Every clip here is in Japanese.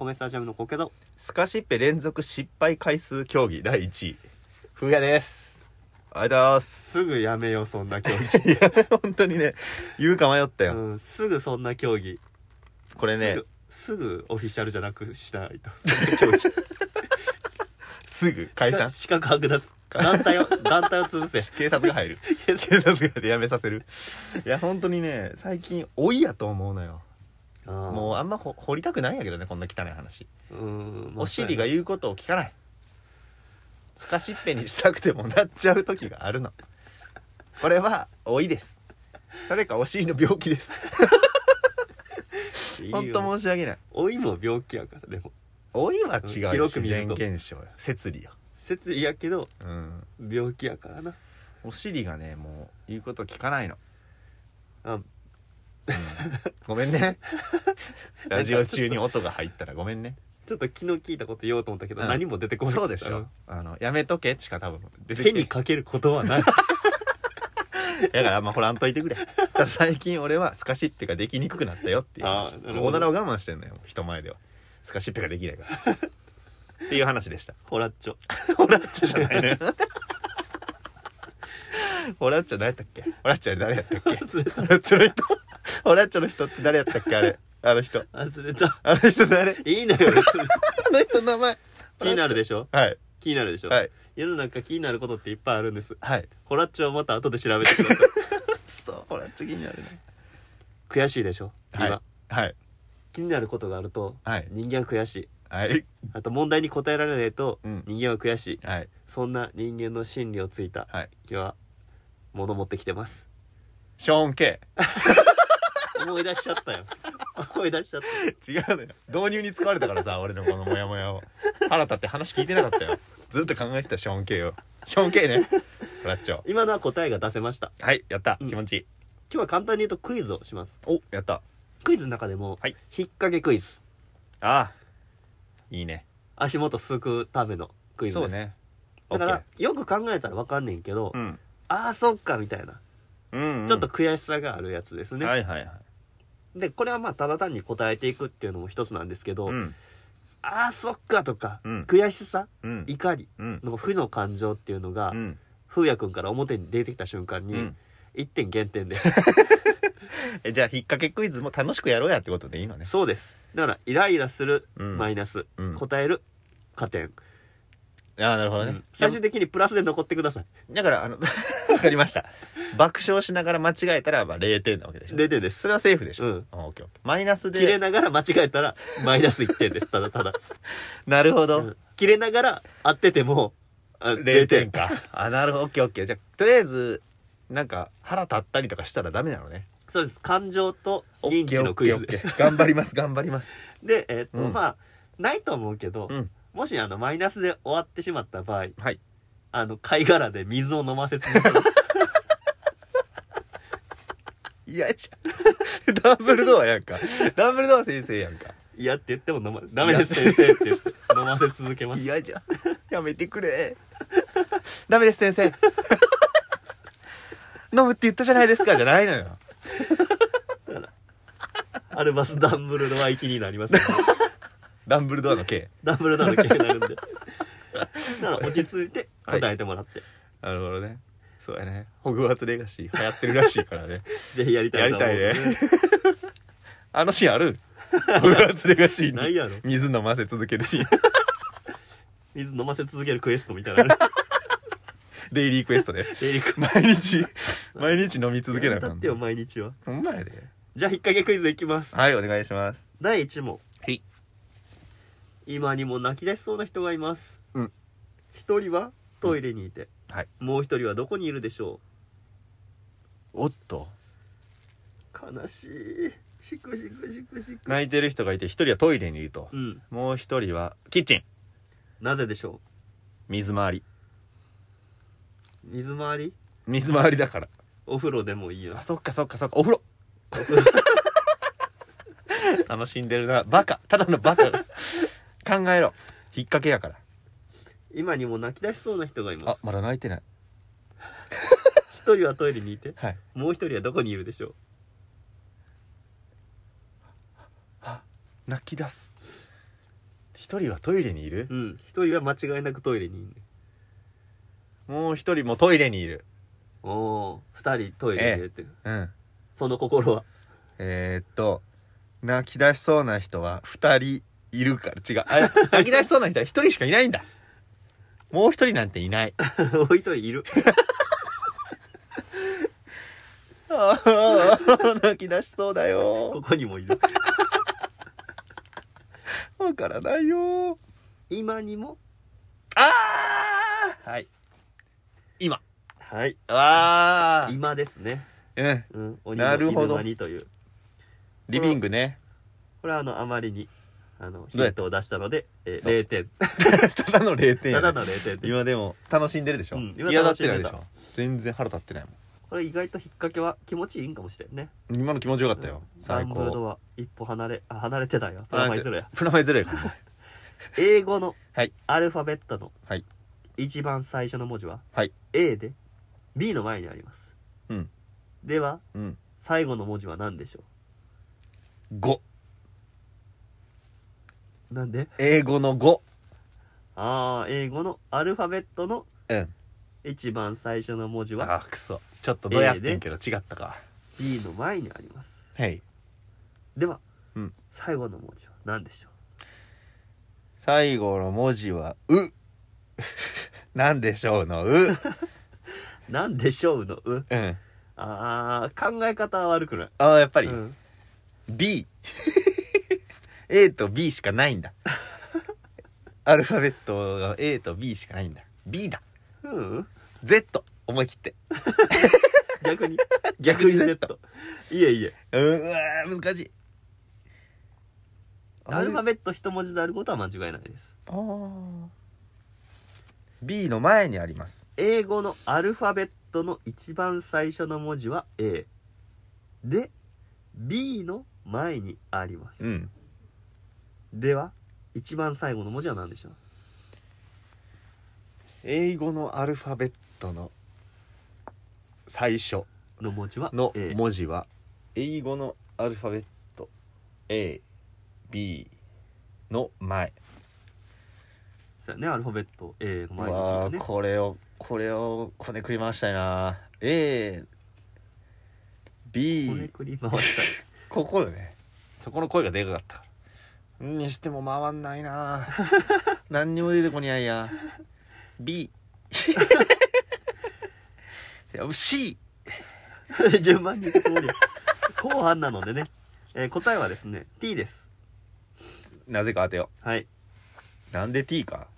メスタジアムのコケドスカシッペ連続失敗回数競技第1位ふうやです。ありがとうございます。 すぐやめようそんな競技いや本当にね言うか迷ったよ、 うん、すぐそんな競技これねすぐオフィシャルじゃなくしないとそんな競技すぐ解散資格剥奪団体を潰せ警察が入る警察が入ってやめさせる。いや本当にね最近老いやと思うのよ。もうあんま掘りたくないんやけどねこんな汚い話。お尻が言うことを聞かない。スカシッペにしたくてもなっちゃう時があるの。これは老いです。それかお尻の病気です本当申し訳ない。 老いも病気やから。でも老いは違う。 広く見ると自然現象よ。摂理よ。 摂理やけど、 うん、 病気やからな。 お尻がねもう言うこと聞かないの。ごめんねラジオ中に音が入ったらごめんね。 ちょっと昨日聞いたこと言おうと思ったけど、何も出てこない。 そうでしょ。やめとけしか多分出て手にかけることはないだからほらんといてくれ。最近俺はスカシッペができにくくなったよっていう話。おならを我慢してんのよ人前では。スカシッペができないからっていう話でした。 ホラッチョホラッチョじゃないねホラッチョ誰やったっけ。ホラッチョ誰やったっけ。ホラッチョの人ホラッチョの人って誰やったっけ。あの人忘れた。 あの人誰。 いいのよ別にあの人の名前気になるでしょ。 はい気になるでしょ。 はい。 世の中気になることっていっぱいあるんです。 はい。 ホラッチョはまた後で調べてくださいそうホラッチョ気になるね。 悔しいでしょ今、 はい気になることがあると、 はい、 人間は悔しい。 はい、 あと問題に答えられないと、人間は悔しい、 はい、 そんな人間の心理をついた、 はい、 今日は物持ってきてます。 ショーン K 思い出しちゃったよ思い出しちゃった。 違うのよ導入に使われたからさ俺のこのモヤモヤを腹立って話聞いてなかったよ。ずっと考えてたショーン K を。ショーン K ねホラッチョ。 今のは答えが出せました。 はいやった、気持ちいい。 今日は簡単に言うとクイズをします。 おやった。 クイズの中でも、 はい、 引っ掛けクイズ。 ああいいね。 足元すくうためのクイズです。そうね。だからよく考えたら分かんねんけど、ああそっかみたいな、ちょっと悔しさがあるやつですね。はいはいはい。でこれはただ単に答えていくっていうのも一つなんですけど、ああそっかとか、悔しさ、怒りの負の感情っていうのが、風也くんから表に出てきた瞬間に、1点減点でじゃあ引っ掛けクイズも楽しくやろうやってことでいいのね。そうです。 だからイライラする、マイナス、答える加点。 ああなるほどね、 最終的にプラスで残ってください。 だからわかりました爆笑しながら間違えたら0点なわけでしょ。0点です。それはセーフでしょ。オッケーオッケー。マイナスで切れながら間違えたらマイナス1点です。ただただなるほど、 切れながら合ってても 0点かなるほど。オッケーオッケー。じゃあとりあえずなんか腹立ったりとかしたらダメなのね。 そうです。感情と認知のクイズです。 頑張ります頑張ります。 でないと思うけど、もしマイナスで終わってしまった場合、貝殻で水を飲ませ続けるいやダンブルドアやんか。ダンブルドア先生やんか。 嫌って言ってもダメです先生って言って飲ませ続けます。 嫌じゃやめてくれダメです先生飲むって言ったじゃないですかじゃないのよアルバス・ダンブルドア行きになります、ね、 ダンブルドアの K ダンブルドアの K になるんでだから落ち着いて答えてもらって、 なるほどね。そうやね。ホグワーツレガシー流行ってるらしいからねぜひやりたいと思う、 やりたいねあのシーンあるホグワーツレガシーにないやろ。 水飲ませ続けるシーン水飲ませ続けるクエストみたいなデイリークエストで毎日飲み続けなかった。 だってよ毎日は。 ほんまやで。 じゃあ引っ掛けクイズいきます。 はいお願いします。 第1問。 はい。 今にも泣き出しそうな人がいます。一人はトイレにいて、もう一人はどこにいるでしょう。おっと悲しい。しくしくしくしく。 泣いてる人がいて一人はトイレにいると、もう一人はキッチン。 なぜでしょう。 水回り。 水回り。 水回りだから。 お風呂でもいいよ。 あそっかそっかそっか。お風呂楽しんでるな。バカただのバカ考えろ。引っ掛けやから。 今にも泣き出しそうな人がいます。 あまだ泣いてない。 一人はトイレにいて、 はい、 もう一人はどこにいるでしょう。 泣き出す。 一人はトイレにいる？ 一人は間違いなくトイレにいるね。 もう一人もトイレにいる。 二人トイレに入れてる。その心は泣き出しそうな人は二人いるから違う。泣き出しそうな人は一人しかいないんだ。もう一人なんていない。 もう一人いる。 泣き出しそうだよ。 ここにもいる。 わからないよ。 今にも。 はい。今。 はい。今ですね。 なるほど。 鬼の犬というリビングね。 これはあまりにヒントを出したので、0点。 ただの0点や、ね。 ただの0点。 今でも楽しんでるでしょ。嫌がってないでしょ。全然腹立ってないもん。 これ意外と引っ掛けは気持ちいいんかもしれんね。 今の気持ちよかったよ。 最高。ダンブルドア一歩離れてないよ。プラマイゼロや。 プラマイゼロやからね。 英語のアルファベットの一番最初の文字は A で B の前にあります。では最後の文字は何でしょう？5。 なんで？ 英語の5。 英語のアルファベットの一番最初の文字はくそ。ちょっとどうやってんけど違ったか。 B の前にあります。 はい。 では最後の文字は何でしょう？ 最後の文字はう。なんでしょうのう。 なんでしょうのう。考え方は悪くない。 やっぱり、B。A と B しかないんだ。アルファベットが A と B しかないんだ。B だ。Z。思い切って。 逆に Z。いえ。 難しい。 アルファベット一文字であることは間違いないです。 B の前にあります。 英語のアルファベットの一番最初の文字は A で B の前にあります。では一番最後の文字は何でしょう？ 英語のアルファベットの最初の文字は英語のアルファベット A、B の前。 そうね、アルファベット A の前に、ね、これをこねくり回したいな。 A、B こねくり回したい。 ここよね。そこの声がでかかったから。にしても回んないな。何にも出てこにゃいや。B C 順番に言って後半なのでね、答えはですね T です。 なぜか当てよう。はい。 なんで T か。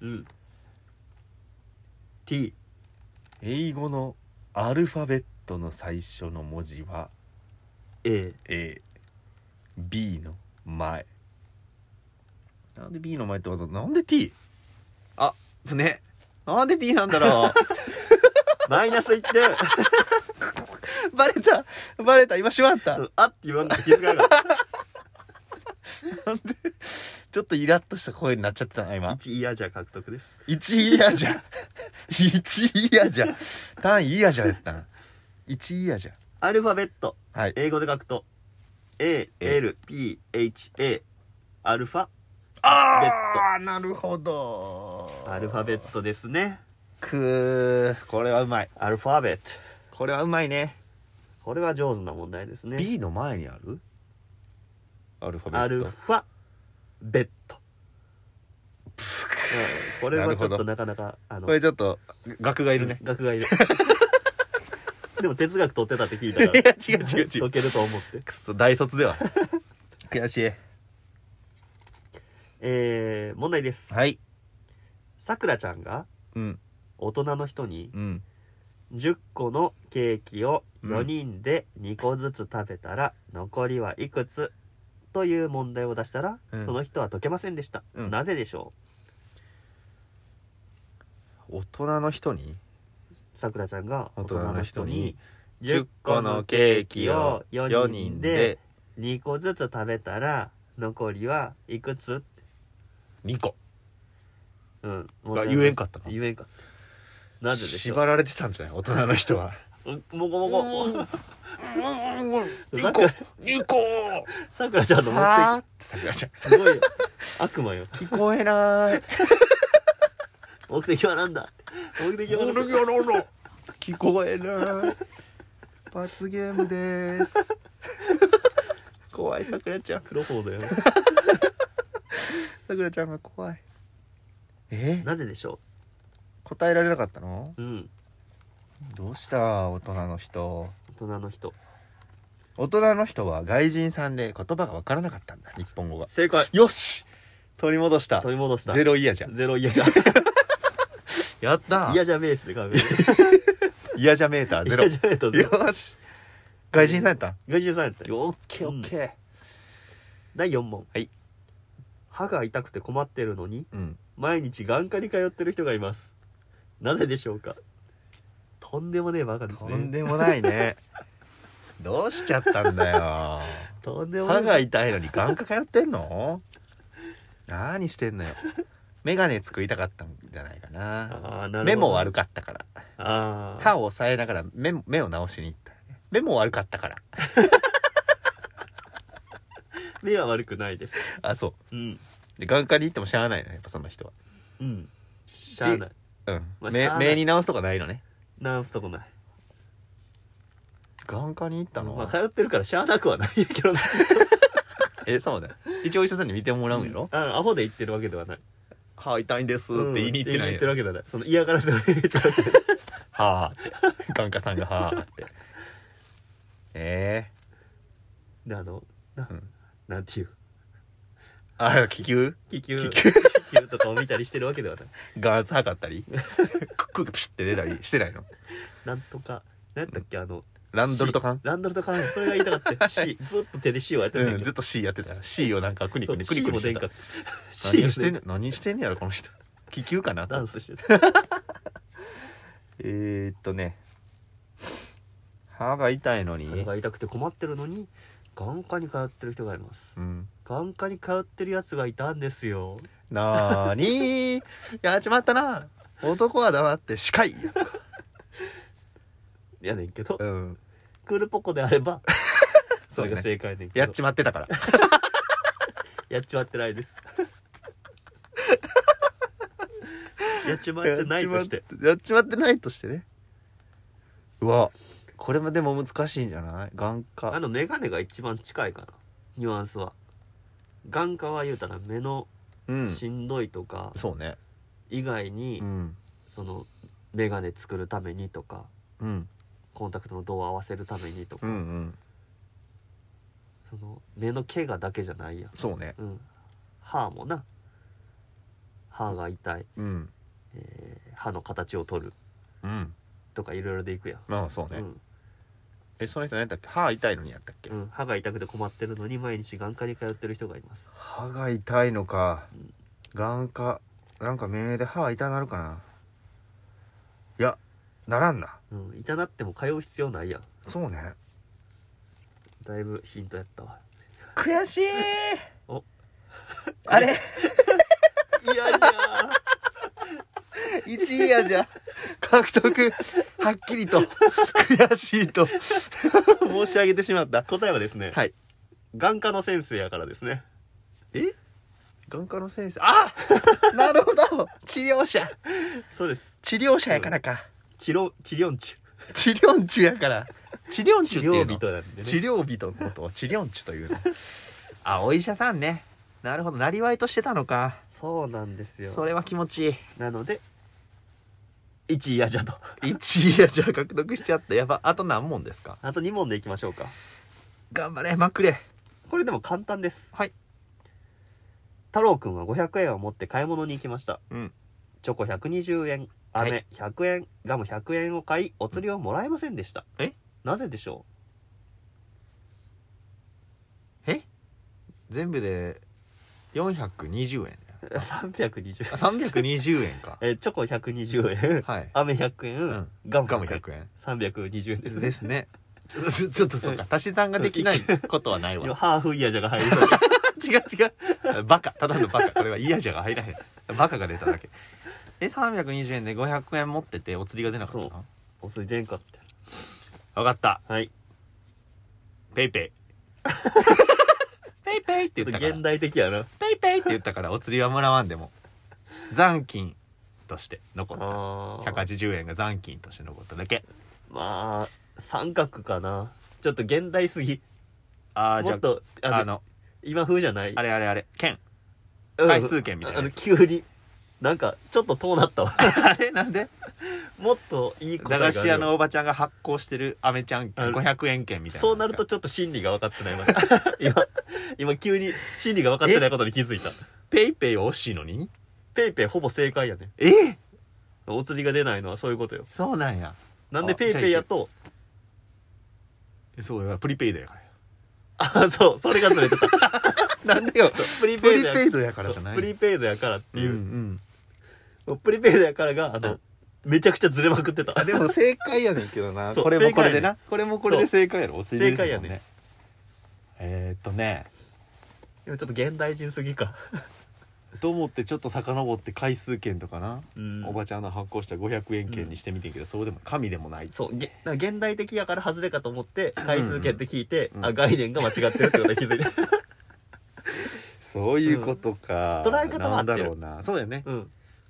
T。 英語のアルファベットの最初の文字は A、B の前。なんで B の前ってわざなんで T？ ね。なんで T なんだろう。 マイナス1点。 バレた今しまった。 って言わんと気づかなかった。 なんでちょっとイラッとした声になっちゃってたな今。 1イヤじゃ獲得です。 1イヤじゃ1イヤじゃ単位イヤじゃやったな。1イヤじゃ。 アルファベット、英語で書くと ALPHA アルファベット。 なるほど。 アルファベットですね。 これはうまい。 アルファベット。 これはうまいね。 これは上手な問題ですね。 B の前にあるアルファベット。 アルファベット。これはちょっとなかなかこれちょっと学がいるね。 学がいる。でも哲学取ってたって聞いたらいや違う解けると思って。 くそ大卒では。悔しい。 問題です。 はい。 さくらちゃんが大人の人に10個のケーキを4人で2個ずつ食べたら残りはいくつという問題を出したら、その人は解けませんでした。なぜでしょう？大人の人にさくらちゃんが大人の人に 10個のケーキを4人で2個ずつ食べたら残りはいくつ？ 2個。 言えんかったの？ 言えんかった。なぜでしょう？ 縛られてたんじゃない大人の人は。 もごもご行こうさくらちゃんの持ってさくらちゃんすごいよ悪魔よ。 聞こえない目的はなんだ目的はなんだ聞こえない罰ゲームです怖いさくらちゃん黒方だよ。 さくらちゃんが怖い。 なぜでしょ答えられなかったの？ う。うん。 どうした大人の人。 大人の人は外人さんで言葉が分からなかったんだ、日本語が。 正解。 よし取り戻したゼロ嫌じゃゼロ嫌じゃやった嫌じゃベースで考える嫌じゃメーターゼロ。 嫌じゃベースゼロ。 よし外人さんやった外人さんやったよ。 オッケーオッケー。 第4問。 はい。 歯が痛くて困ってるのに、 うん、 毎日眼科に通ってる人がいます。なぜでしょうか。とんでもねえバカですね。 とんでもないねどうしちゃったんだよとんでもない。 歯が痛いのに眼科通ってんの何してんのよ。メガネ作りたかったんじゃないかな。 なるほど。 目も悪かったから。 歯を押さえながら目を直しに行った。目も悪かったから目は悪くないです。 あ、そう。 うん。 で眼科に行ってもしゃあないのやっぱその人は。 うん。しゃあない。 うん。 まあ目に直すとかないのね。 直すとこない。 眼科に行ったの？ まあ通ってるからしゃあなくはないけどねそうだよ。一応お医者さんに見てもらうんやろ？ アホで言ってるわけではない。 歯痛いんですって言いに行ってない。 言ってるわけではない。その嫌がらせを言ってるわけではぁって眼科さんがはぁってでなんていう気球とかを見たりしてるわけではない。 眼圧測ったりクックピシッて出たりしてないの？ なんとかなんだっけランドルト缶それが言いたかった。ずっと手で C をやってたんだけど、 ずっと C やってた。 C をなんかクニクニしてた。何してんねやろこの人。気球かな。 ダンスしてた歯が痛いのに、 歯が痛くて困ってるのに眼科に通ってる人がいます。 うん、 眼科に通ってるやつがいたんですよ。 なーにやっちまったな。男は黙って司会やねんけど、 うん、 クールポコであればそれが正解ねんけど、 やっちまってたからやっちまってないですやっちまってないとしてやっちまってないとしてね。うわこれもでも難しいんじゃない？眼科メガネが一番近いかな、ニュアンスは。眼科は言うたら目のしんどいとか、 そうね以外に、そのメガネ作るためにとか、コンタクトの度を合わせるためにとか、その目の毛がだけじゃないやん。 そうね、 歯もな、歯が痛い、歯の形を取る、とかいろいろでいくやん。 まあそうね、その人何だっけ？歯痛いのにやったっけ？ 歯が痛くて困ってるのに毎日眼科に通ってる人がいます。 歯が痛いのか、眼科なんか目で歯痛なるかな。いやならんな。 痛なっても通う必要ないやん。 そうね。 だいぶヒントやったわ。 悔しいおあれいや 1位やじゃ獲得はっきりと悔しいと申し上げてしまった。 答えはですね、眼科の先生やからですね。 眼科の先生、あなるほど治療者。 そうです。 治療者やからか。 治療中やから治療中っていうの。 治療人なんでね。 治療人のことを治療中というの。お医者さんね。なるほど、なりわいとしてたのか。 そうなんですよ。 それは気持ちいい。 なので1位やじゃと。 1位やじゃ獲得しちゃった。やば。あと何問ですか？ あと2問でいきましょうか。 頑張れまくれ。 これでも簡単です。 はい。 太郎くんは500円を持って買い物に行きました。チョコ120円、飴100円、ガム100円を買い、お釣りをもらえませんでした。なぜでしょう？全部で420円。320円か。 チョコ120円、飴100円、ガム100円、320円ですね。 ですね。ちょっとそうか、足し算ができないことはないわ。 ハーフイヤーじゃが入る。 違う。バカ。ただのバカ。これはイヤーじゃが入らへん。バカが出ただけ。320円で500円持っててお釣りが出なかったな。 お釣り出んかった。 分かった。 はい。 ペイペイペイペイって言ったから現代的やな。 ペイペイって言ったからお釣りはもらわんでも残金として残った180円が残金として残っただけ。 まあ三角かな。ちょっと現代すぎ。 もっと今風じゃない。 あれ券回数券みたいな急になんかちょっと遠なったわあれなんでもっといい答えがある。 駄菓子屋のおばちゃんが発行してるアメちゃん券500円券みたいな。 そうなるとちょっと心理が分かってない今急に心理が分かってないことに気づいた。 ペイペイは惜しいのにペイペイほぼ正解やね。お釣りが出ないのはそういうことよ。 そうなんや。 なんでペイペイやとそうやプリペイドやからそうそれがずれてたなんでよプリペイドやからじゃない。 プリペイドやからっていう、プリペイドやからがめちゃくちゃずれまくってた。 でも正解やねんけどなこれもこれでなこれもこれで正解やろ。お釣り正解やね。 でもちょっと現代人すぎかと思ってちょっと遡って回数券とかな、おばちゃんの発行した500円券にしてみてんけど、そうでも紙でもない。 そう現代的やから外れかと思って回数券って聞いて、概念が間違ってるってことに気づいてそういうことか、 捉え方もあってる。 なんだろうな。そうやね、そう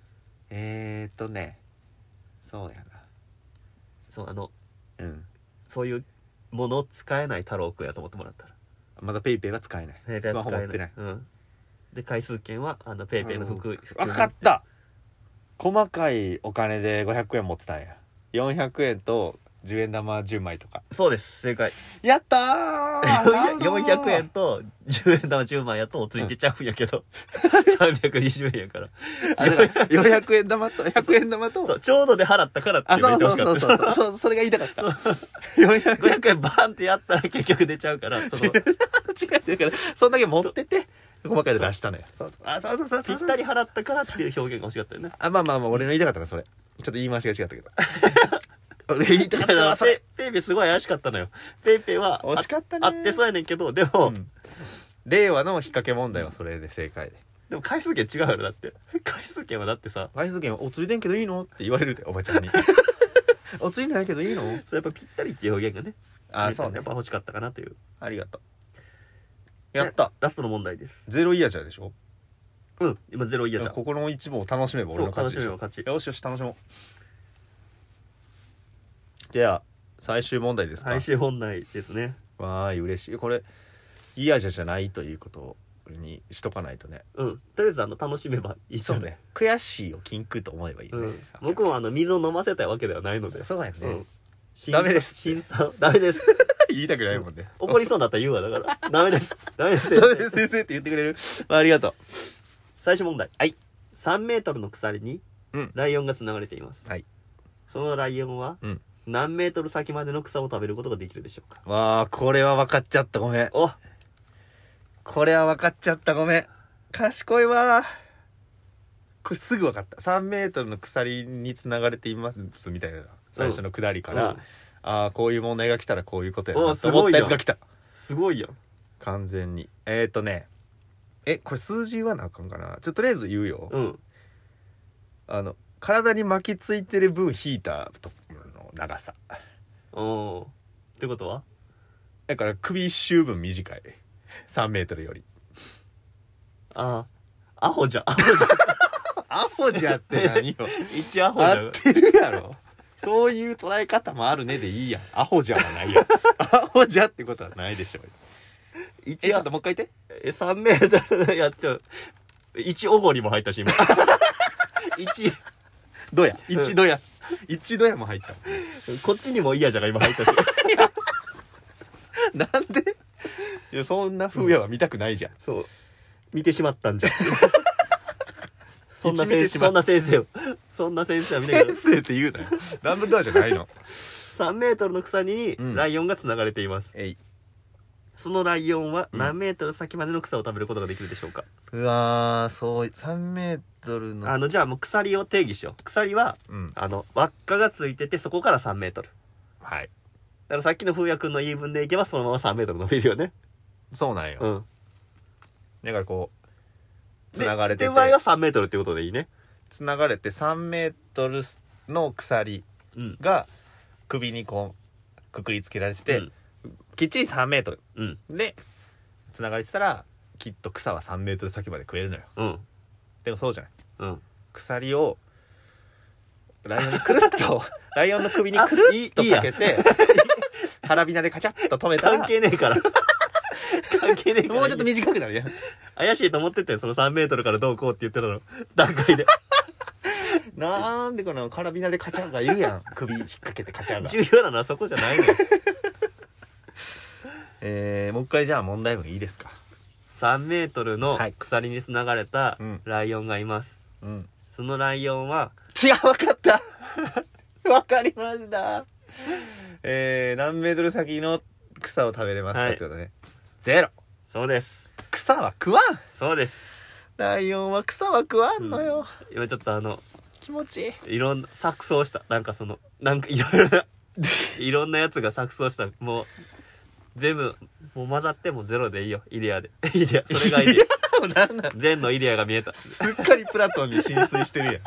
やな。 そうそういうものを使えない太郎くんやと思ってもらったら。 まだペイペイは使えない。スマホ持ってない。 で回数券はペイペイの服。 分かった。細かいお金で500円持ってたんや。400円と10円玉10枚とか。 そうです正解。 やったー 400円と10円玉10枚やとお釣り出ちゃうんやけど320円やから 400円玉と100円玉とそうちょうどで払ったからって言ってほしかった。 そうそれが言いたかった 500円バーンってやったら結局出ちゃうから違うだからそんだけ持ってて細かいで出したのよ。そうぴったり払ったからっていう表現が欲しかったよね。 まあ俺の言いたかったなそれ。ちょっと言い回しが違ったけど俺言いたかったなそれ。 ペイペイすごい怪しかったのよ。ペイペイは惜しかったね。 あってそうやねんけどでも、 令和の引っ掛け問題はそれで正解でも回数券違うやろ。だって回数券はだってさ回数券お釣りでんけどいいのって言われるでおばちゃんにお釣りないけどいいの。 それやっぱぴったりっていう表現がねそうねやっぱ欲しかったかなという。 ありがとう。やった。 ラストの問題です。 ゼロイヤーじゃでしょ。 今ゼロイヤーじゃん。 ここの一問を楽しめば俺の勝ちでしょ。 楽しめば勝ち。 よし楽しもう。じゃあ最終問題ですか。 最終問題ですね。 わーい嬉しい。これイヤーじゃないということにしとかないとね。 とりあえず楽しめばいい。 そうね。悔しいを禁句と思えばいいね。 僕も水を飲ませたいわけではないので。 そうやね。 ダメです。審査ダメです。 言いたくないもんね。 怒りそうになったら言うわだから。ダメです。ダメです先生って言ってくれる。ありがとう。 最終問題。 はい。 3メートルの鎖にライオンがつながれています。 はい。 そのライオンは何メートル先までの草を食べることができるでしょうか。 わあこれは分かっちゃった。ごめん。これは分かっちゃった。ごめん。賢いわ。これすぐ分かった。3メートルの鎖につながれていますみたいな最初のくだりから、こういう問題が来たらこういうことやなと思ったやつが来た。 すごいやん。 完全に。これ数字言わなあかんかな。とりあえず言うよ。体に巻きついてる分引いたとの長さ。 ってことはだから首一周分短い。3メートルより。 アホじゃアホじゃって何よ。 一アホじゃ合ってるやろ。そういう捉え方もあるねでいいやん。アホじゃはないやん。アホじゃってことはないでしょ。ちょっともう一回言って。 3メートルやっちゃう。1おごりも入ったし今。1 どや。1どやし。1どやも入った。 こっちにも嫌じゃが今入ったし。 なんでいやそんな風やは見たくないじゃん。 そう見てしまったんじゃん。そんな先生をそんな先生は見て先生って言うなよ。ダンブルドアじゃないの。 3メートルの鎖にライオンがつながれています。そのライオンは何メートル先までの草を食べることができるでしょうか。 うわーそう3メートルのじゃあもう鎖を定義しよう。鎖は、輪っかがついててそこから3メートル。 はい。 だからさっきの風也くんの言い分でいけばそのまま3メートル伸びるよね。 そうなんよ。だからこうつながれてて。 で場合は3メートルってことでいいね。 つながれて3メートルの鎖が首にこくくりつけられてて、きっちり3メートル、でつながれてたらきっと草は3メートル先まで食えるのよ、でもそうじゃない、鎖をライオンにくるっとライオンの首にくるっとかけてカラビナでカチャッと止めたら関係ねえから関係ねえからもうちょっと短くなるやん。 怪しいと思ってたよ、その3メートルからどうこうって言ってたの段階でなんでこのカラビナでカチャがいるやん、首引っ掛けてカチャが。 重要なのはそこじゃないのもう一回じゃあ問題文いいですか。 3メートルの鎖に繋がれたライオンがいます、そのライオンは分かった分かりました。何メートル先の草を食べれますかってことね、0。 そうです。 草は食わん。 そうです。 ライオンは草は食わんのよ、 今ちょっと気持ちいいろんな錯綜した、なんかいろいろないろんなやつが錯綜した。もう全部もう混ざっても0でいいよ。イデアでイデア、それがイデア全のイデアが見えた。 すっかりプラトンに浸水してるやん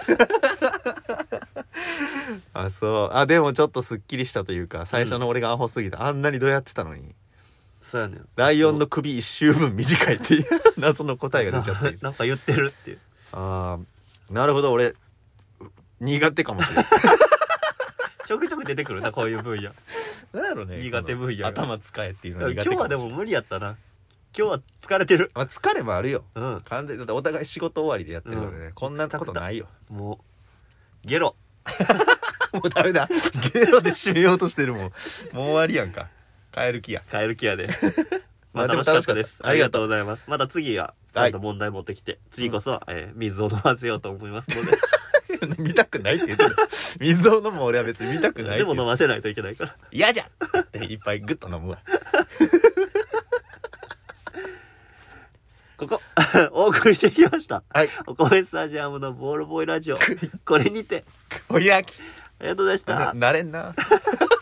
あ、そう。あ、でもちょっとすっきりしたというか、最初の俺がアホすぎた、あんなにどうやってたのに。 そうやねん。 ライオンの首一周分短いっていう謎の答えが出ちゃったなんか言ってるっていう。 ああ、なるほど。俺苦手かもしれないちょくちょく出てくるな、こういう分野。 なんやろね、 苦手分野。 頭使えっていうの苦手かもしれない。 今日はでも無理やったな。今日は疲れてる。 まあ、疲れもあるよ、完全に。だってお互い仕事終わりでやってるからね、こんなことないよ。 もうゲロもうダメだ、ゲロで締めようとしてるもん。もう終わりやんか。帰る気やでまあ楽しかったです。ありがとうございます。また次はちゃんと問題持ってきて、次こそ水を飲ませようと思いますので見たくないって言ってる。水を飲む俺は別に見たくない。 でも飲ませないといけないから。 嫌じゃんっていっぱいグッと飲むわここお送りしてきました、 はい、 お米スタジアムのボールボーイラジオこれにてお開き。 ありがとうございました。 なれんな